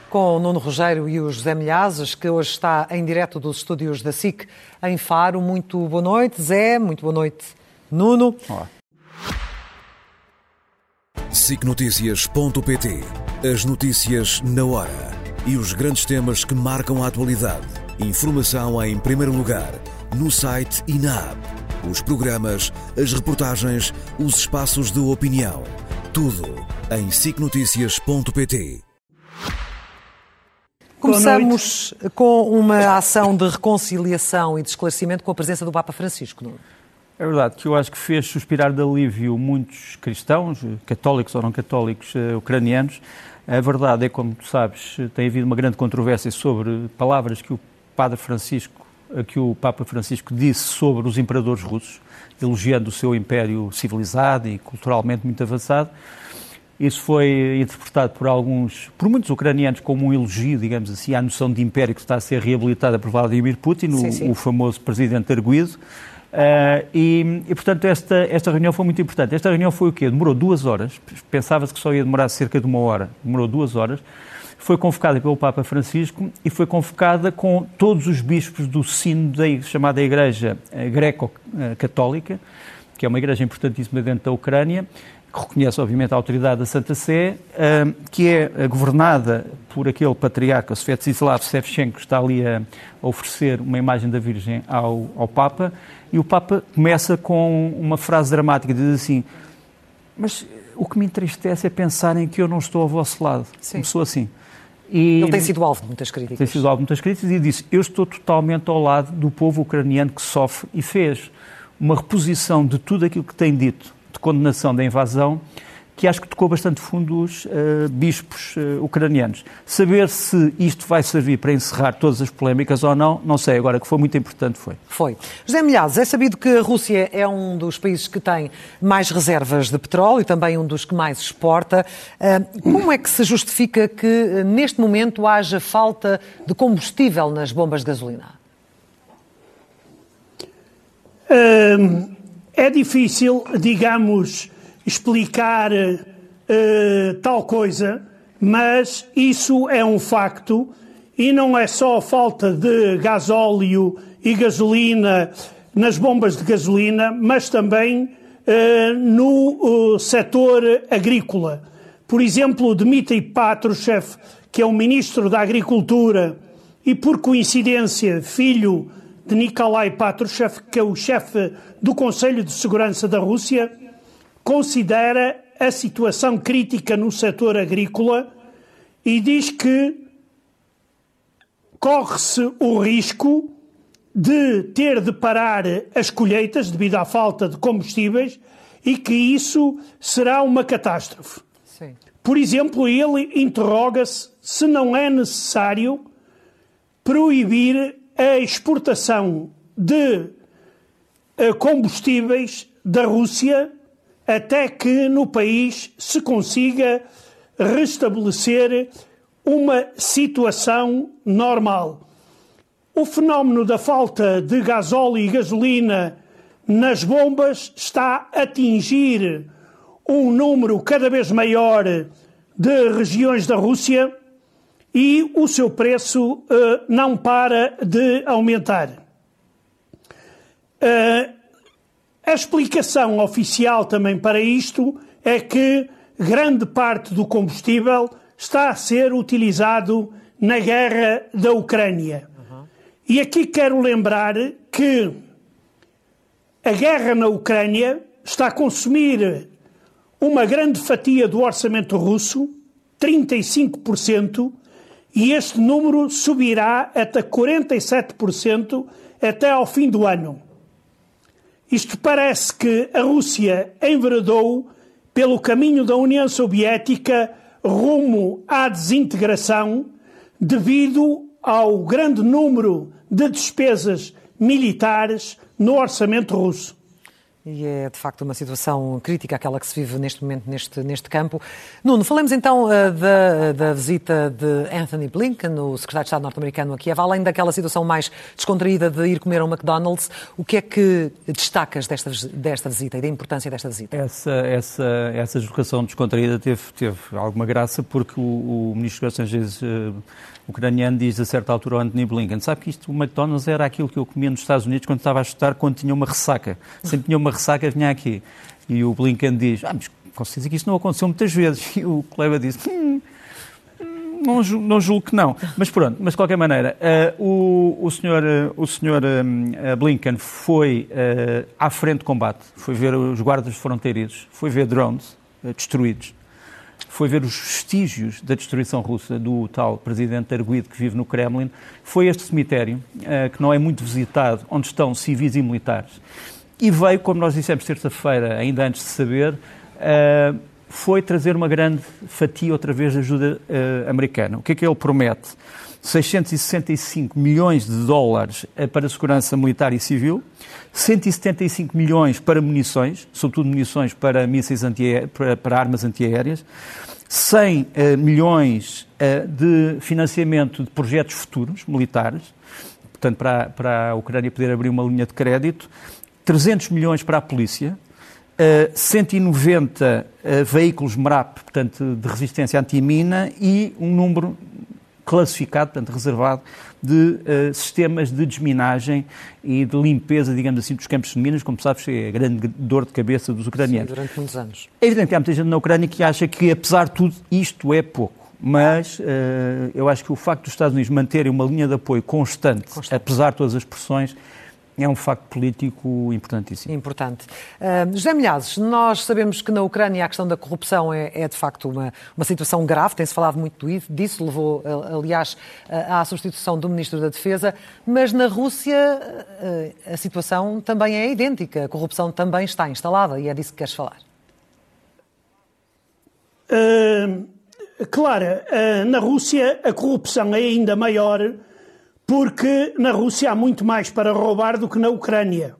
com o Nuno Rogério e o José Milhazes, que hoje está em direto dos estúdios da SIC em Faro. Muito boa noite, Zé. Muito boa noite, Nuno. Olá. SICNoticias.pt. As notícias na hora e os grandes temas que marcam a atualidade. Informação em primeiro lugar, no site e na app. Os programas, as reportagens, os espaços de opinião. Tudo em SICNoticias.pt. Começamos com uma ação de reconciliação e de esclarecimento com a presença do Papa Francisco, Nuno. É verdade que eu acho que fez suspirar de alívio muitos cristãos, católicos ou não católicos, ucranianos. A verdade é, como tu sabes, tem havido uma grande controvérsia sobre palavras que o Papa Francisco disse sobre os imperadores russos, elogiando o seu império civilizado e culturalmente muito avançado. Isso foi interpretado por muitos ucranianos como um elogio, digamos assim, à noção de império que está a ser reabilitada por Vladimir Putin, o famoso presidente arguido. Portanto, esta reunião foi muito importante. Esta reunião foi o quê? Demorou 2 horas, pensava-se que só ia demorar cerca de 1 hora, demorou 2 horas. Foi convocada pelo Papa Francisco e foi convocada com todos os bispos do sínodo da chamada Igreja Greco-Católica, que é uma igreja importantíssima dentro da Ucrânia, que reconhece, obviamente, a autoridade da Santa Sé, que é governada por aquele patriarca, o Sviatoslav Shevchenko, que está ali a oferecer uma imagem da Virgem ao Papa, e o Papa começa com uma frase dramática, diz assim: mas o que me entristece é pensarem que eu não estou ao vosso lado. Sim. Começou assim. Ele tem sido alvo de muitas críticas. Tem sido alvo de muitas críticas e disse: eu estou totalmente ao lado do povo ucraniano que sofre, e fez uma reposição de tudo aquilo que tem dito de condenação da invasão, que acho que tocou bastante fundo os bispos ucranianos. Saber se isto vai servir para encerrar todas as polémicas ou não, não sei. Agora, que foi muito importante, foi. José Milhazes, é sabido que a Rússia é um dos países que tem mais reservas de petróleo e também um dos que mais exporta. Como é que se justifica que, neste momento, haja falta de combustível nas bombas de gasolina? É difícil, digamos, explicar tal coisa, mas isso é um facto, e não é só a falta de gasóleo e gasolina nas bombas de gasolina, mas também no setor agrícola. Por exemplo, Dmitry Patrushev, que é o ministro da Agricultura e, por coincidência, filho de Nikolai Patrushev, que é o chefe do Conselho de Segurança da Rússia, considera a situação crítica no setor agrícola e diz que corre-se o risco de ter de parar as colheitas devido à falta de combustíveis e que isso será uma catástrofe. Sim. Por exemplo, ele interroga-se se não é necessário proibir a exportação de combustíveis da Rússia até que no país se consiga restabelecer uma situação normal. O fenómeno da falta de gasóleo e gasolina nas bombas está a atingir um número cada vez maior de regiões da Rússia e o seu preço não para de aumentar. A explicação oficial também para isto é que grande parte do combustível está a ser utilizado na guerra da Ucrânia. E aqui quero lembrar que a guerra na Ucrânia está a consumir uma grande fatia do orçamento russo, 35%, e este número subirá até 47% até ao fim do ano. Isto parece que a Rússia enveredou pelo caminho da União Soviética rumo à desintegração devido ao grande número de despesas militares no orçamento russo. E é, de facto, uma situação crítica aquela que se vive neste momento neste campo. Nuno, falemos então da visita de Anthony Blinken, o secretário de Estado norte-americano a Kiev. Além daquela situação mais descontraída de ir comer a um McDonald's, o que é que destacas desta visita e da importância desta visita? Essa deslocação descontraída teve alguma graça, porque o ministro dos Estrangeiros ucraniano diz a certa altura ao Anthony Blinken: sabe que o McDonald's era aquilo que eu comia nos Estados Unidos quando estava a estudar, quando tinha uma ressaca. Sempre tinha uma ressaca, vinha aqui. E o Blinken diz: mas com certeza que isso não aconteceu muitas vezes. E o colega disse: não julgo que não. Mas pronto, mas de qualquer maneira, o senhor Blinken foi à frente de combate, foi ver os guardas fronteiriços, foi ver drones destruídos, foi ver os vestígios da destruição russa do tal presidente arguido que vive no Kremlin, foi este cemitério, que não é muito visitado, onde estão civis e militares, e veio, como nós dissemos terça-feira, ainda antes de saber, foi trazer uma grande fatia outra vez de ajuda americana. O que é que ele promete? 665 milhões de dólares para a segurança militar e civil, 175 milhões para munições, sobretudo munições para mísseis para armas antiaéreas, 100 milhões de financiamento de projetos futuros militares, portanto para a Ucrânia poder abrir uma linha de crédito, 300 milhões para a polícia, 190 veículos MRAP, portanto de resistência antimina, e um número classificado, portanto reservado, de sistemas de desminagem e de limpeza, digamos assim, dos campos de minas, como sabes, é a grande dor de cabeça dos ucranianos. Sim, durante muitos anos. É evidente que há muita gente na Ucrânia que acha que, apesar de tudo, isto é pouco. Mas eu acho que o facto dos Estados Unidos manterem uma linha de apoio constante, apesar de todas as pressões, é um facto político importantíssimo. Importante. José Milhazes, nós sabemos que na Ucrânia a questão da corrupção é de facto uma situação grave, tem-se falado muito disso, levou, aliás, à substituição do Ministro da Defesa, mas na Rússia a situação também é idêntica, a corrupção também está instalada, e é disso que queres falar. Clara, na Rússia a corrupção é ainda maior, porque na Rússia há muito mais para roubar do que na Ucrânia.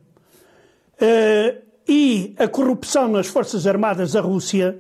E a corrupção nas Forças Armadas da Rússia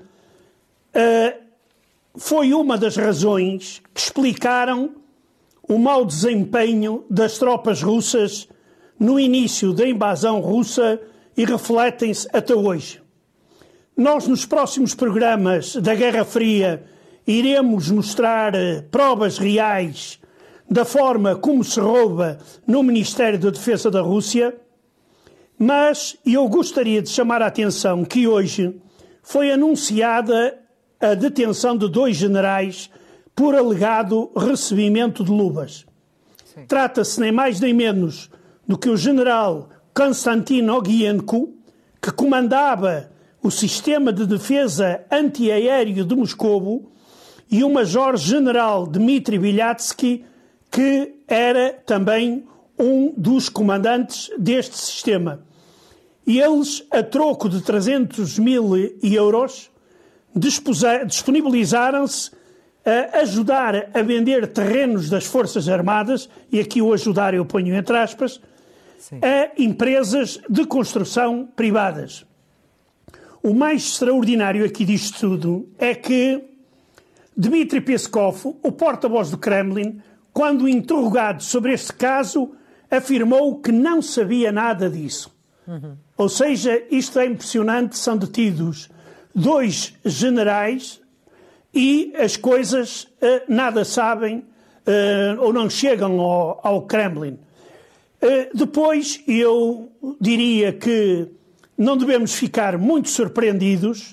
foi uma das razões que explicaram o mau desempenho das tropas russas no início da invasão russa e refletem-se até hoje. Nós, nos próximos programas da Guerra Fria, iremos mostrar provas reais da forma como se rouba no Ministério da Defesa da Rússia, mas eu gostaria de chamar a atenção que hoje foi anunciada a detenção de 2 generais por alegado recebimento de luvas. Trata-se nem mais nem menos do que o general Konstantin Ogienko, que comandava o sistema de defesa antiaéreo de Moscovo, e o major-general Dmitry Bilyatsky, que era também um dos comandantes deste sistema. E eles, a troco de 300 mil euros, disponibilizaram-se a ajudar a vender terrenos das Forças Armadas, e aqui o ajudar eu ponho entre aspas, a empresas de construção privadas. O mais extraordinário aqui disto tudo é que Dmitry Peskov, o porta-voz do Kremlin, quando interrogado sobre este caso, afirmou que não sabia nada disso. Ou seja, isto é impressionante, são detidos 2 generais e as coisas nada sabem ou não chegam ao Kremlin. Depois, eu diria que não devemos ficar muito surpreendidos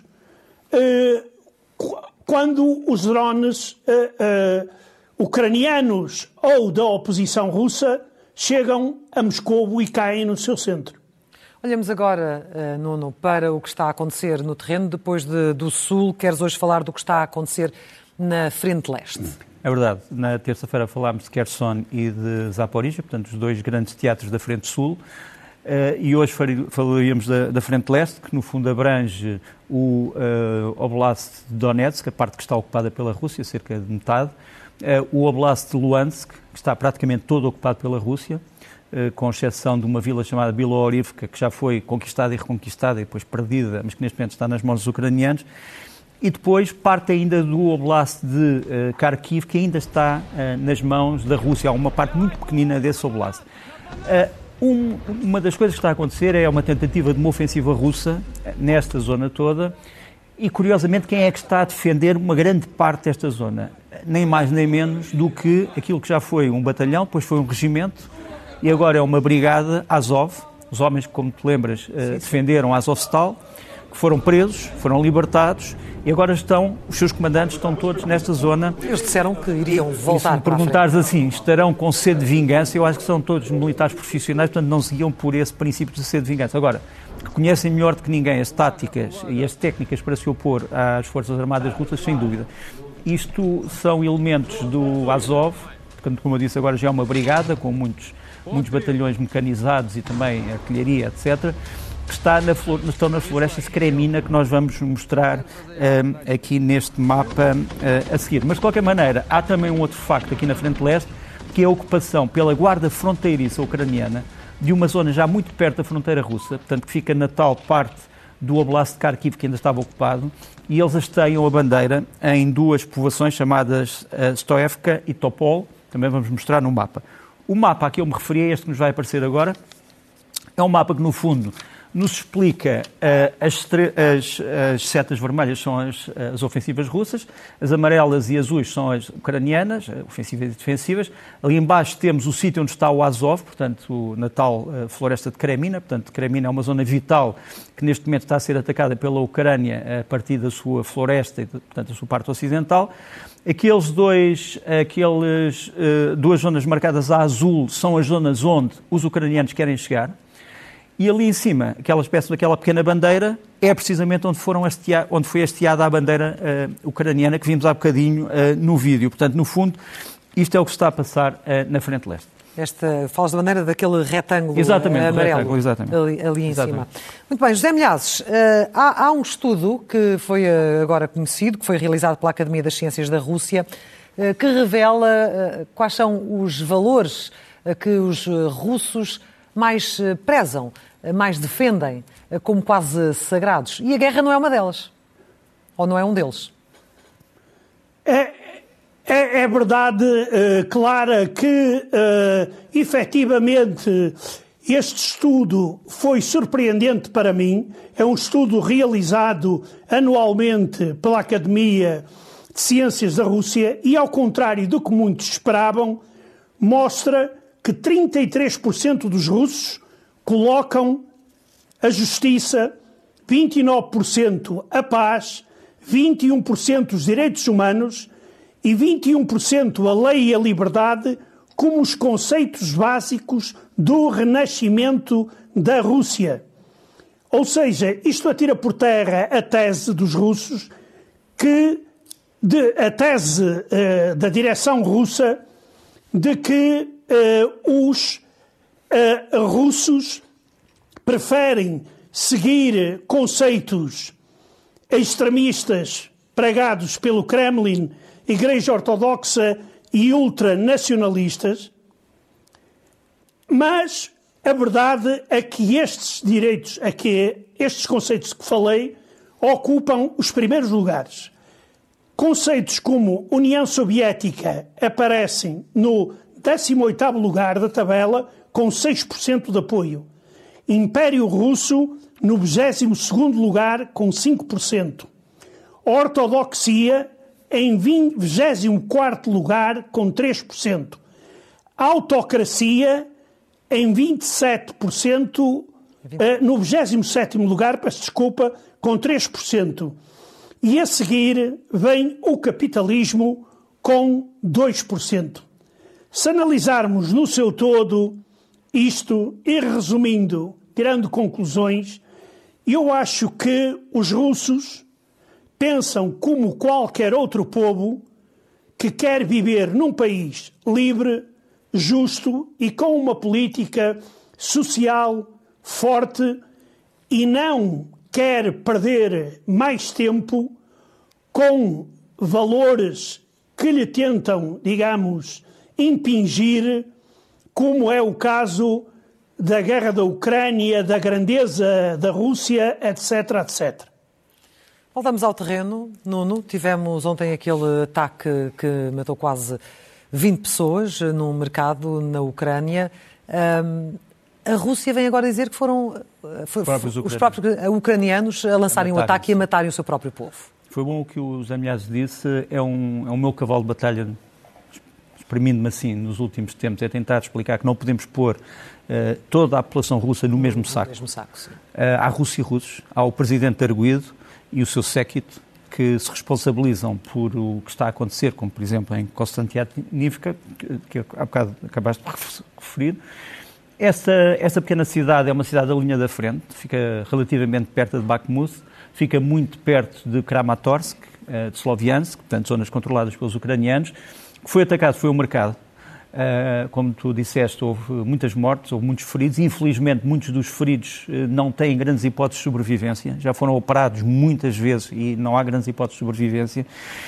quando os drones ucranianos ou da oposição russa chegam a Moscovo e caem no seu centro. Olhamos agora, Nuno, para o que está a acontecer no terreno. Depois do Sul, queres hoje falar do que está a acontecer na Frente Leste? É verdade. Na terça-feira falámos de Kherson e de Zaporizhia, portanto, os 2 grandes teatros da Frente Sul. E hoje falaríamos da Frente Leste, que no fundo abrange o Oblast de Donetsk, a parte que está ocupada pela Rússia, cerca de metade, o Oblast de Luhansk, que está praticamente todo ocupado pela Rússia, com exceção de uma vila chamada Biloorivka, que já foi conquistada e reconquistada e depois perdida, mas que neste momento está nas mãos dos ucranianos. E depois parte ainda do Oblast de Kharkiv, que ainda está nas mãos da Rússia. Há uma parte muito pequenina desse Oblast. Uma das coisas que está a acontecer é uma tentativa de uma ofensiva russa nesta zona toda e, curiosamente, quem é que está a defender uma grande parte desta zona? Nem mais nem menos do que aquilo que já foi um batalhão, depois foi um regimento e agora é uma brigada Azov, os homens que, como te lembras, defenderam Azovstal, que foram presos, foram libertados e agora os seus comandantes estão todos nesta zona. Eles disseram que iriam voltar. Se me perguntares assim, estarão com sede de vingança, eu acho que são todos militares profissionais, portanto não seguiam por esse princípio de sede de vingança. Agora, que conhecem melhor do que ninguém as táticas e as técnicas para se opor às Forças Armadas Russas, sem dúvida. Isto são elementos do Azov, portanto, como eu disse, agora já é uma brigada com muitos batalhões mecanizados e também artilharia, etc., que estão na floresta de Kremina, que nós vamos mostrar aqui neste mapa a seguir. Mas, de qualquer maneira, há também um outro facto aqui na frente leste, que é a ocupação pela guarda fronteiriça ucraniana de uma zona já muito perto da fronteira russa, portanto, que fica na tal parte do Oblast de Kharkiv, que ainda estava ocupado, e eles hasteiam a bandeira em duas povoações chamadas Stoevka e Topol, também vamos mostrar no mapa. O mapa a que eu me referi, este que nos vai aparecer agora, é um mapa que, no fundo, nos explica as setas vermelhas são as ofensivas russas, as amarelas e azuis são as ucranianas, ofensivas e defensivas. Ali embaixo temos o sítio onde está o Azov, portanto, na tal floresta de Kremina. Portanto, Kremina é uma zona vital que neste momento está a ser atacada pela Ucrânia a partir da sua floresta e, portanto, da sua parte ocidental. Aquelas duas zonas marcadas a azul são as zonas onde os ucranianos querem chegar. E ali em cima, aquela pequena bandeira, é precisamente onde foi hasteada a bandeira ucraniana que vimos há bocadinho no vídeo. Portanto, no fundo, isto é o que se está a passar na frente leste. Falas da bandeira daquele retângulo amarelo ali em cima. Muito bem, José Milhazes, há um estudo que foi agora conhecido, que foi realizado pela Academia das Ciências da Rússia, que revela quais são os valores que os russos mais prezam, mais defendem, como quase sagrados. E a guerra não é uma delas. Ou não é um deles. É verdade, Clara, que efetivamente este estudo foi surpreendente para mim. É um estudo realizado anualmente pela Academia de Ciências da Rússia e, ao contrário do que muitos esperavam, mostra que 33% dos russos colocam a justiça, 29% a paz, 21% os direitos humanos e 21% a lei e a liberdade como os conceitos básicos do renascimento da Rússia. Ou seja, isto atira por terra a tese dos russos, a tese da direção russa de que os russos preferem seguir conceitos extremistas pregados pelo Kremlin, Igreja Ortodoxa e ultranacionalistas, mas a verdade é que estes direitos, estes conceitos que falei, ocupam os primeiros lugares. Conceitos como União Soviética aparecem no 18º lugar da tabela, com 6% de apoio. Império Russo, no 22º lugar, com 5%. Ortodoxia, em 24º lugar, com 3%. Autocracia, em 27%, no 27º lugar, peço desculpa, com 3%. E a seguir vem o capitalismo, com 2%. Se analisarmos no seu todo isto e resumindo, tirando conclusões, eu acho que os russos pensam como qualquer outro povo que quer viver num país livre, justo e com uma política social forte e não quer perder mais tempo com valores que lhe tentam, digamos, impingir como é o caso da guerra da Ucrânia, da grandeza da Rússia, etc., etc. Voltamos ao terreno, Nuno. Tivemos ontem aquele ataque que matou quase 20 pessoas num mercado na Ucrânia. A Rússia vem agora dizer que foram os próprios ucranianos a lançarem o ataque e a matarem o seu próprio povo. Foi bom o que o José Milhazes disse, é um meu cavalo de batalha, exprimindo-me assim nos últimos tempos, é tentar explicar que não podemos pôr toda a população russa no mesmo saco. Há russos e russos, há o presidente Arguido e o seu séquito que se responsabilizam por o que está a acontecer, como por exemplo em Konstantinivka, que há bocado acabaste de referir. Essa pequena cidade é uma cidade da linha da frente, fica relativamente perto de Bakhmut, fica muito perto de Kramatorsk, de Sloviansk, portanto zonas controladas pelos ucranianos. O que foi atacado foi o mercado. Como tu disseste, houve muitas mortes, houve muitos feridos. Infelizmente, muitos dos feridos não têm grandes hipóteses de sobrevivência. Já foram operados muitas vezes e não há grandes hipóteses de sobrevivência.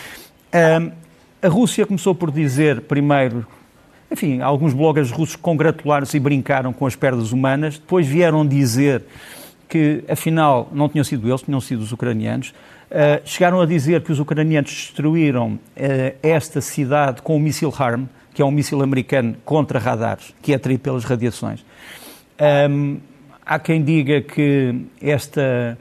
A Rússia começou por dizer, primeiro, enfim, alguns bloggers russos congratularam-se e brincaram com as perdas humanas. Depois vieram dizer que, afinal, não tinham sido eles, tinham sido os ucranianos. Chegaram a dizer que os ucranianos destruíram esta cidade com o míssil HARM, que é um míssil americano contra radares, que é atraído pelas radiações. Há quem diga que esta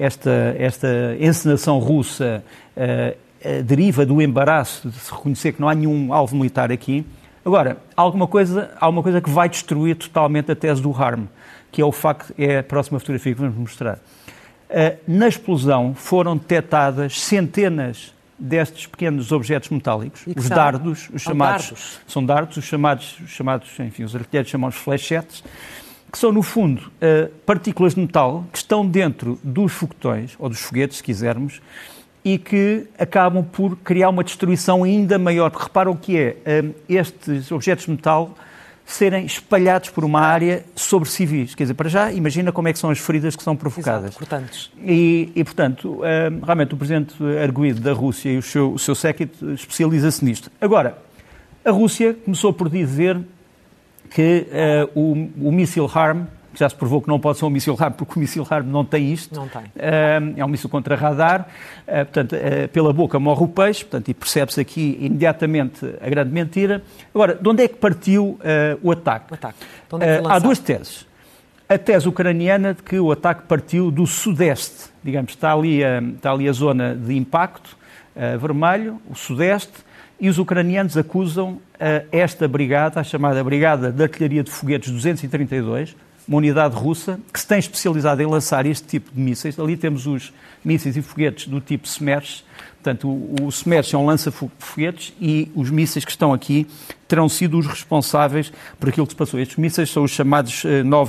encenação russa deriva do embaraço de se reconhecer que não há nenhum alvo militar aqui. Agora, há uma coisa que vai destruir totalmente a tese do HARM, que é o facto, é a próxima fotografia que vamos mostrar. Na explosão foram detectadas centenas destes pequenos objetos metálicos, os dardos, são dardos, os chamados, enfim, os artilheiros chamam-os flechetes, que são, no fundo, partículas de metal que estão dentro dos foguetões, ou dos foguetes, se quisermos, e que acabam por criar uma destruição ainda maior. Porque reparam o que é estes objetos de metal serem espalhados por uma área sobre civis. Quer dizer, para já, imagina como é que são as feridas que são provocadas. Exato, cortantes. E portanto, realmente o presidente Arguido da Rússia e o seu séquito especializa-se nisto. Agora, a Rússia começou por dizer que o míssil HARM, que já se provou que não pode ser um míssil HARM, porque o míssil HARM não tem isto. Não tem. É um míssil contra radar. Portanto, pela boca morre o peixe, portanto, e percebe-se aqui imediatamente a grande mentira. Agora, de onde é que partiu o ataque? De onde é que foi lançado? Há duas teses. A tese ucraniana de que o ataque partiu do sudeste, digamos, está ali a zona de impacto, vermelho, o sudeste, e os ucranianos acusam esta brigada, a chamada Brigada de Artilharia de Foguetes 232, uma unidade russa que se tem especializado em lançar este tipo de mísseis. Ali temos os mísseis e foguetes do tipo Smersh. Portanto, o Smersh é um lança-foguetes e os mísseis que estão aqui terão sido os responsáveis por aquilo que se passou. Estes mísseis são os chamados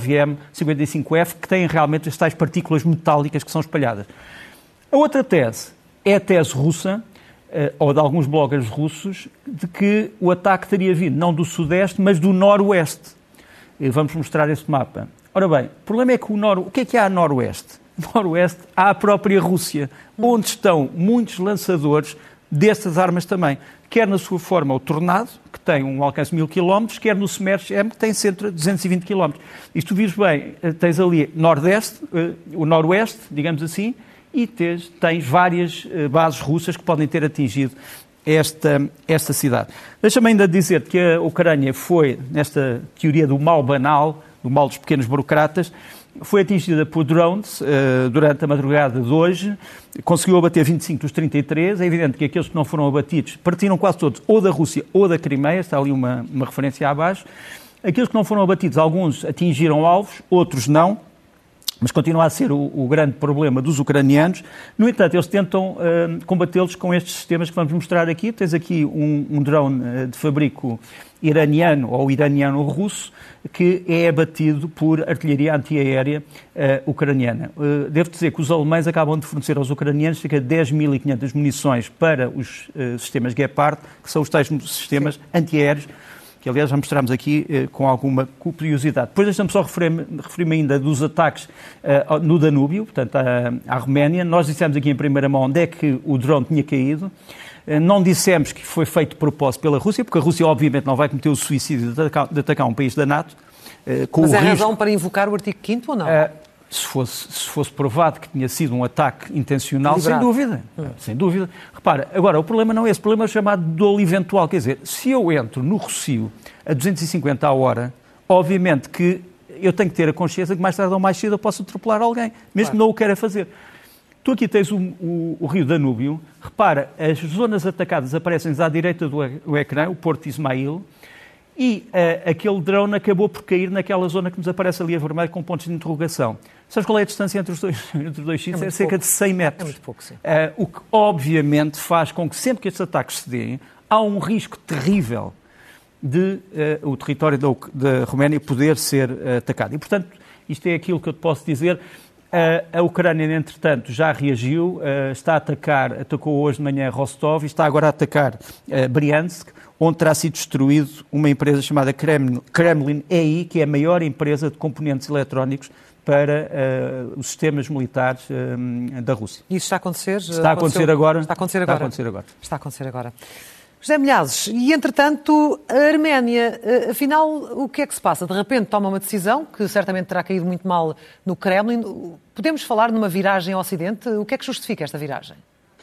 9M55F, que têm realmente as tais partículas metálicas que são espalhadas. A outra tese é a tese russa, ou de alguns bloggers russos, de que o ataque teria vindo não do sudeste, mas do noroeste. Vamos mostrar este mapa. Ora bem, o problema é que o que é há a noroeste? No noroeste há a própria Rússia, onde estão muitos lançadores destas armas também. Quer na sua forma o Tornado, que tem um alcance de 1000 km, quer no Smersh-M, que tem centro de 220 km. E se tu vires bem, tens ali nordeste, o noroeste, digamos assim, e tens várias bases russas que podem ter atingido esta cidade. Deixa-me ainda dizer que a Ucrânia foi, nesta teoria do mal banal, do mal dos pequenos burocratas, foi atingida por drones durante a madrugada de hoje, conseguiu abater 25 dos 33, é evidente que aqueles que não foram abatidos partiram quase todos ou da Rússia ou da Crimeia, está ali uma referência abaixo. Aqueles que não foram abatidos, alguns atingiram alvos, outros não, mas continua a ser o grande problema dos ucranianos. No entanto, eles tentam combatê-los com estes sistemas que vamos mostrar aqui. Tens aqui um drone de fabrico iraniano ou iraniano-russo que é abatido por artilharia antiaérea ucraniana. Devo dizer que os alemães acabam de fornecer aos ucranianos cerca de 10.500 munições para os sistemas Gepard, que são os tais sistemas antiaéreos, que aliás já mostramos aqui com alguma curiosidade. Depois deixa-me só referir-me ainda dos ataques no Danúbio, portanto à Roménia. Nós dissemos aqui em primeira mão onde é que o drone tinha caído. Não dissemos que foi feito de propósito pela Rússia, porque a Rússia obviamente não vai cometer o suicídio de atacar um país da NATO. Mas é razão para invocar o artigo 5º ou não? Se fosse provado que tinha sido um ataque intencional, Liberado. Sem dúvida. Repara, agora, o problema não é esse, o problema é chamado de dolo eventual. Quer dizer, se eu entro no Rossio a 250 a hora, obviamente que eu tenho que ter a consciência que mais tarde ou mais cedo eu posso atropelar alguém, mesmo que não o queira fazer. Tu aqui tens o rio Danúbio, repara, as zonas atacadas aparecem à direita do ecrã, o Porto de Ismail, e aquele drone acabou por cair naquela zona que nos aparece ali a vermelho com pontos de interrogação. Sabes qual é a distância entre os dois sítios? É cerca de 100 metros. É muito pouco, sim. O que obviamente faz com que sempre que estes ataques se deem, há um risco terrível de o território da Roménia poder ser atacado. E, portanto, isto é aquilo que eu te posso dizer. A Ucrânia, entretanto, já reagiu, está a atacou hoje de manhã Rostov e está agora a atacar Briansk, onde terá sido destruído uma empresa chamada Kremlin EI, que é a maior empresa de componentes eletrónicos para os sistemas militares da Rússia. Isso está a acontecer? Está a acontecer agora. Está a acontecer agora. José Milhazes, e entretanto a Arménia, afinal, o que é que se passa? De repente toma uma decisão que certamente terá caído muito mal no Kremlin. Podemos falar numa viragem ao Ocidente? O que é que justifica esta viragem?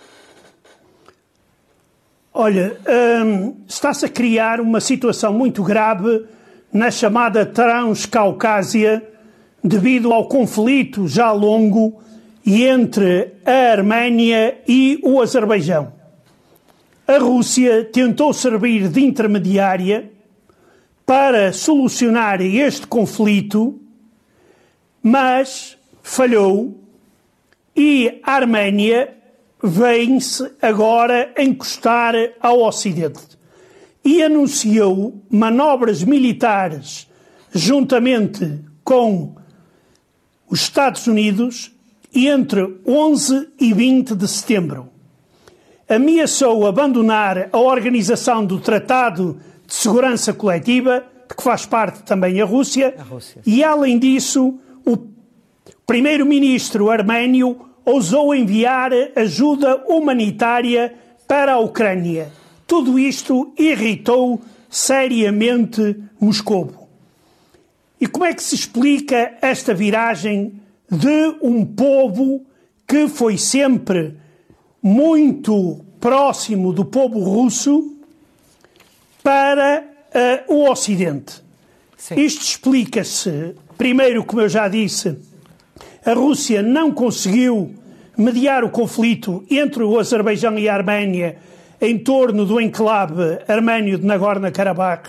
Olha, está-se a criar uma situação muito grave na chamada Transcaucásia devido ao conflito já longo entre a Arménia e o Azerbaijão. A Rússia tentou servir de intermediária para solucionar este conflito, mas falhou e a Arménia vem-se agora encostar ao Ocidente e anunciou manobras militares juntamente com os Estados Unidos entre 11 e 20 de setembro. Ameaçou abandonar a organização do Tratado de Segurança Coletiva, de que faz parte também a Rússia. E, além disso, o primeiro-ministro arménio ousou enviar ajuda humanitária para a Ucrânia. Tudo isto irritou seriamente Moscovo. E como é que se explica esta viragem de um povo que foi sempre muito próximo do povo russo para o Ocidente? Sim. Isto explica-se, primeiro, como eu já disse, a Rússia não conseguiu mediar o conflito entre o Azerbaijão e a Arménia em torno do enclave arménio de Nagorno-Karabakh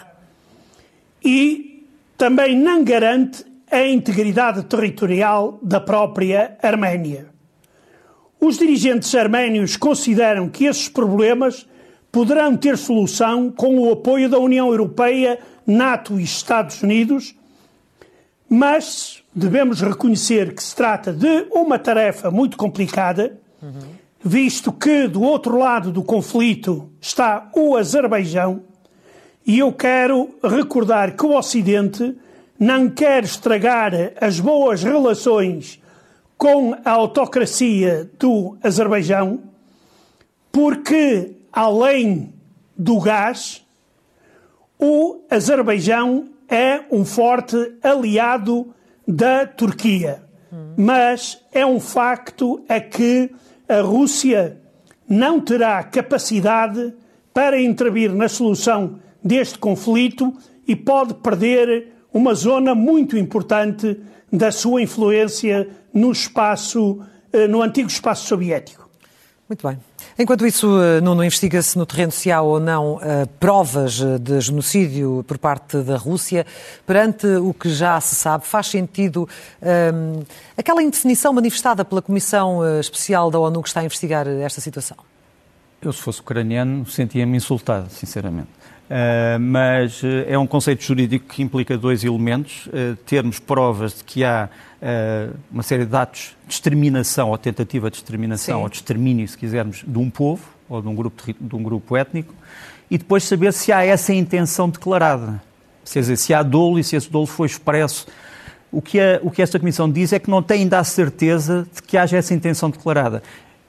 e também não garante a integridade territorial da própria Arménia. Os dirigentes arménios consideram que esses problemas poderão ter solução com o apoio da União Europeia, NATO e Estados Unidos, mas devemos reconhecer que se trata de uma tarefa muito complicada, visto que do outro lado do conflito está o Azerbaijão, e eu quero recordar que o Ocidente não quer estragar as boas relações com a autocracia do Azerbaijão, porque, além do gás, o Azerbaijão é um forte aliado da Turquia. Mas é um facto a que a Rússia não terá capacidade para intervir na solução deste conflito e pode perder uma zona muito importante da sua influência no antigo espaço soviético. Muito bem. Enquanto isso, Nuno, investiga-se no terreno se há ou não provas de genocídio por parte da Rússia. Perante o que já se sabe, faz sentido aquela indefinição manifestada pela Comissão Especial da ONU que está a investigar esta situação? Eu, se fosse ucraniano, sentia-me insultado, sinceramente. Mas é um conceito jurídico que implica dois elementos. Termos provas de que há uma série de atos de exterminação ou tentativa de exterminação, ou de extermínio, se quisermos, de um povo ou de um grupo étnico, e depois saber se há essa intenção declarada. Quer dizer, se há dolo e se esse dolo foi expresso. O que esta Comissão diz é que não tem ainda a certeza de que haja essa intenção declarada.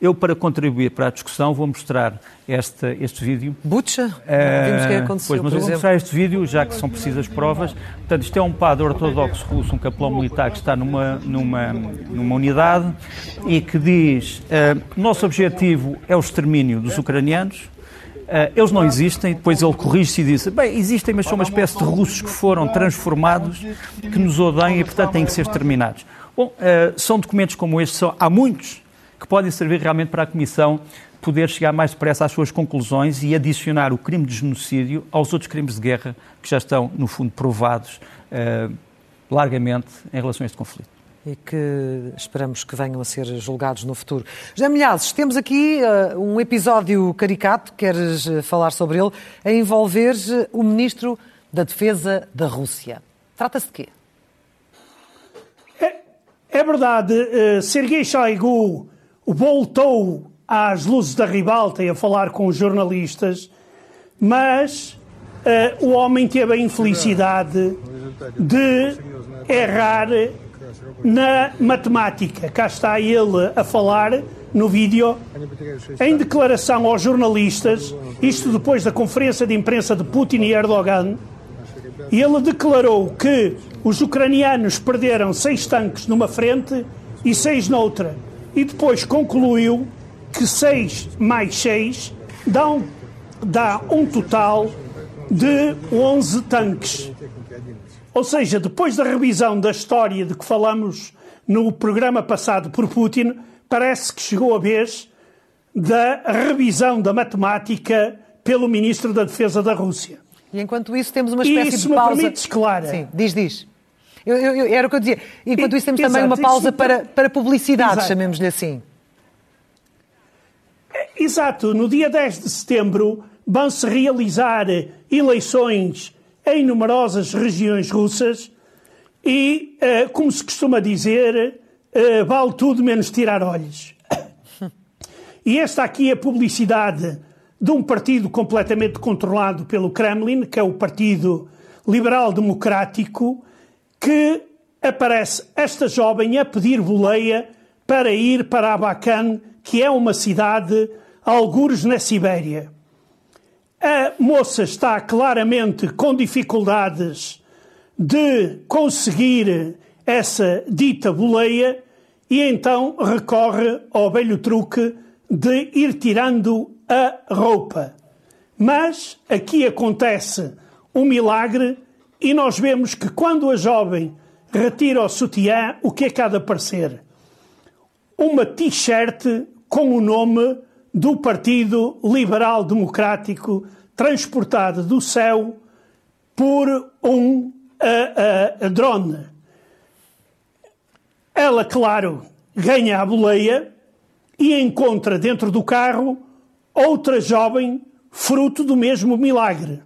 Eu, para contribuir para a discussão, vou mostrar este vídeo. Bucha? Vimos o que aconteceu, pois, mas eu vou mostrar este vídeo, já que são precisas provas. Portanto, isto é um padre ortodoxo russo, um capelão militar que está numa unidade e que diz: nosso objetivo é o extermínio dos ucranianos. Eles não existem. Depois ele corrige-se e diz: bem, existem, mas são uma espécie de russos que foram transformados, que nos odeiam e, portanto, têm que ser exterminados. Bom, são documentos como este, há muitos que podem servir realmente para a Comissão poder chegar mais depressa às suas conclusões e adicionar o crime de genocídio aos outros crimes de guerra que já estão, no fundo, provados largamente em relação a este conflito. E que esperamos que venham a ser julgados no futuro. José Milhazes, temos aqui um episódio caricato, queres falar sobre ele, a envolver o Ministro da Defesa da Rússia. Trata-se de quê? É verdade, Sergei Shoigu voltou às luzes da ribalta e a falar com os jornalistas, mas o homem teve a infelicidade de errar na matemática. Cá está ele a falar no vídeo, em declaração aos jornalistas, isto depois da conferência de imprensa de Putin e Erdogan. Ele declarou que os ucranianos perderam 6 tanques numa frente e 6 noutra. E depois concluiu que 6 mais 6 dá um total de 11 tanques. Ou seja, depois da revisão da história de que falamos no programa passado por Putin, parece que chegou a vez da revisão da matemática pelo Ministro da Defesa da Rússia. E enquanto isso temos uma espécie isso de pausa... me permites, Clara? Sim, diz. Era o que eu dizia. Enquanto isso temos também uma pausa para publicidade, chamemos-lhe assim. Exato. No dia 10 de setembro vão-se realizar eleições em numerosas regiões russas e, como se costuma dizer, vale tudo menos tirar olhos. E esta aqui é a publicidade de um partido completamente controlado pelo Kremlin, que é o Partido Liberal Democrático, que aparece esta jovem a pedir boleia para ir para Abakan, que é uma cidade algures na Sibéria. A moça está claramente com dificuldades de conseguir essa dita boleia e então recorre ao velho truque de ir tirando a roupa. Mas aqui acontece um milagre e nós vemos que quando a jovem retira o sutiã, o que é que há de aparecer? Uma t-shirt com o nome do Partido Liberal Democrático, transportada do céu por um drone. Ela, claro, ganha a boleia e encontra dentro do carro outra jovem, fruto do mesmo milagre.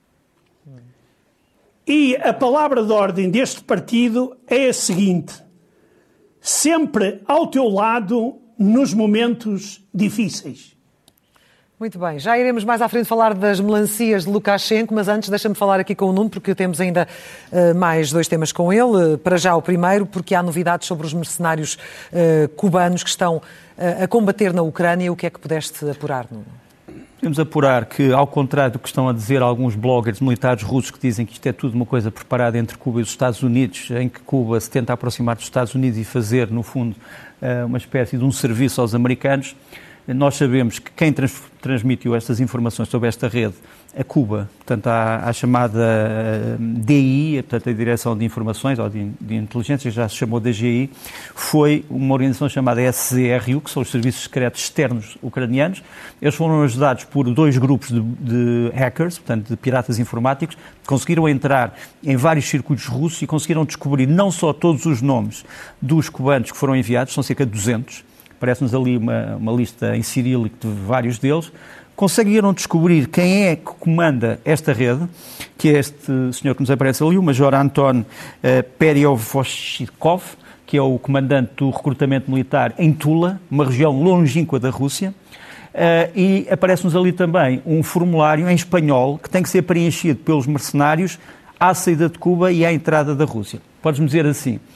E a palavra de ordem deste partido é a seguinte: sempre ao teu lado nos momentos difíceis. Muito bem, já iremos mais à frente falar das melancias de Lukashenko, mas antes deixa-me falar aqui com o Nuno, porque temos ainda mais 2 temas com ele. Para já o primeiro, porque há novidades sobre os mercenários cubanos que estão a combater na Ucrânia. O que é que pudeste apurar, Nuno? Podemos apurar que, ao contrário do que estão a dizer alguns bloggers militares russos que dizem que isto é tudo uma coisa preparada entre Cuba e os Estados Unidos, em que Cuba se tenta aproximar dos Estados Unidos e fazer, no fundo, uma espécie de um serviço aos americanos, nós sabemos que quem transmitiu estas informações sobre esta rede a Cuba, portanto, à chamada DI, portanto, a Direção de Informações ou de Inteligência, já se chamou DGI, foi uma organização chamada SZRU, que são os Serviços Secretos Externos Ucranianos. Eles foram ajudados por 2 grupos de hackers, portanto, de piratas informáticos, que conseguiram entrar em vários circuitos russos e conseguiram descobrir não só todos os nomes dos cubanos que foram enviados, são cerca de 200, parece-nos ali uma lista em cirílico de vários deles. Conseguiram descobrir quem é que comanda esta rede, que é este senhor que nos aparece ali, o Major Anton Peryovoshchikov, que é o comandante do recrutamento militar em Tula, uma região longínqua da Rússia. E aparece-nos ali também um formulário em espanhol que tem que ser preenchido pelos mercenários à saída de Cuba e à entrada da Rússia. Podes-me dizer assim: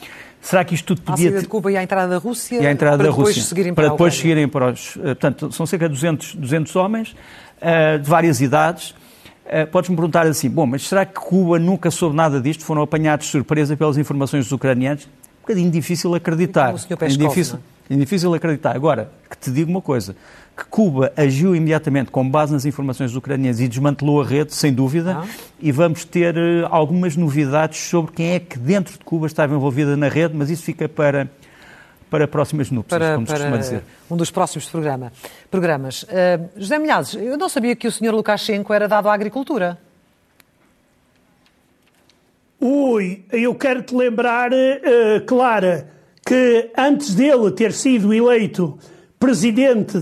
Será que isto tudo podia... À saída de Cuba e à entrada da Rússia, e à entrada para da depois Rússia, seguirem para para a depois Ucrânia. seguirem para os... Portanto, são cerca de 200 homens, de várias idades. Podes-me perguntar assim, bom, mas será que Cuba nunca soube nada disto? Foram apanhados de surpresa pelas informações dos ucranianos? Um bocadinho difícil acreditar. Como o Sr. Peskov, É difícil acreditar. Agora, que te digo uma coisa, que Cuba agiu imediatamente com base nas informações dos ucranianos e desmantelou a rede, sem dúvida, e vamos ter algumas novidades sobre quem é que dentro de Cuba estava envolvida na rede, mas isso fica para próximas núpcias, como se costuma dizer. Um dos próximos programas. José Milhazes, eu não sabia que o Sr. Lukashenko era dado à agricultura. Eu quero-te lembrar, Clara, que antes dele ter sido eleito presidente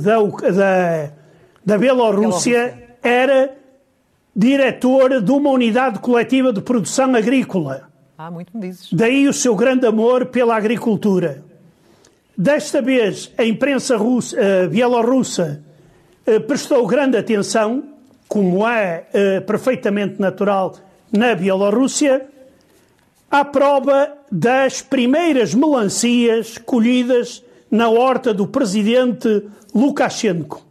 da Bielorrússia, era diretor de uma unidade coletiva de produção agrícola. Muito me dizes. Daí o seu grande amor pela agricultura. Desta vez, a imprensa bielorrussa prestou grande atenção, como é perfeitamente natural na Bielorrússia, à prova das primeiras melancias colhidas na horta do presidente Lukashenko.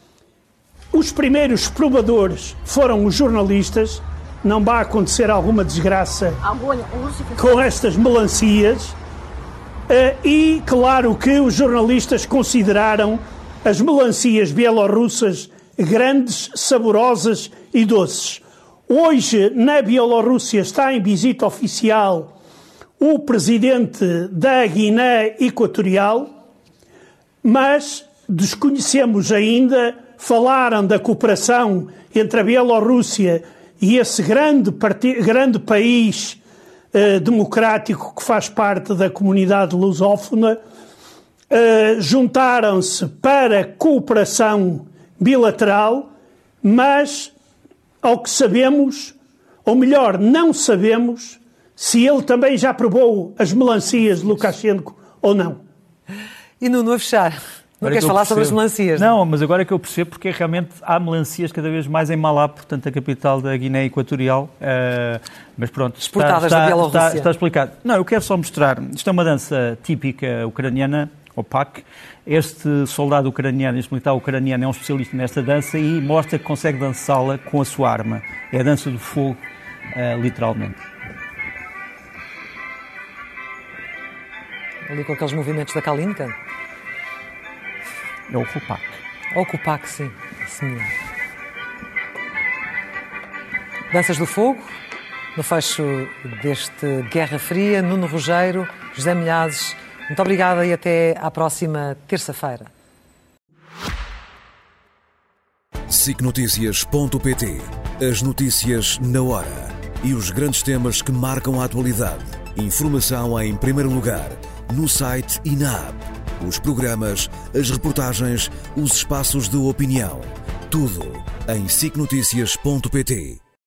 Os primeiros provadores foram os jornalistas. Não vai acontecer alguma desgraça com estas melancias. E claro que os jornalistas consideraram as melancias bielorrussas grandes, saborosas e doces. Hoje, na Bielorrússia, está em visita oficial o presidente da Guiné Equatorial, mas desconhecemos ainda, falaram da cooperação entre a Bielorrússia e esse grande país democrático que faz parte da comunidade lusófona, juntaram-se para cooperação bilateral, mas, ao que sabemos, ou melhor, não sabemos, se ele também já provou as melancias de Lukashenko ou não. E Nuno, a fechar, não queres falar sobre as melancias? Não, mas agora é que eu percebo porque realmente há melancias cada vez mais em Malabo, portanto a capital da Guiné Equatorial, mas pronto, exportadas da Bielorrússia. Está explicado. Não, eu quero só mostrar, isto é uma dança típica ucraniana, OPAC. Este soldado ucraniano, este militar ucraniano é um especialista nesta dança e mostra que consegue dançá-la com a sua arma. É a dança do fogo, literalmente. Ali com aqueles movimentos da Kalinka? É o Kupak. O Kupak, sim. Senhor. Danças do Fogo, no fecho deste Guerra Fria. Nuno Rogério, José Milhazes, muito obrigada e até à próxima terça-feira. SICNoticias.pt. As notícias na hora e os grandes temas que marcam a atualidade. Informação em primeiro lugar, no site e na app. Os programas, as reportagens, os espaços de opinião. Tudo em SICNoticias.pt.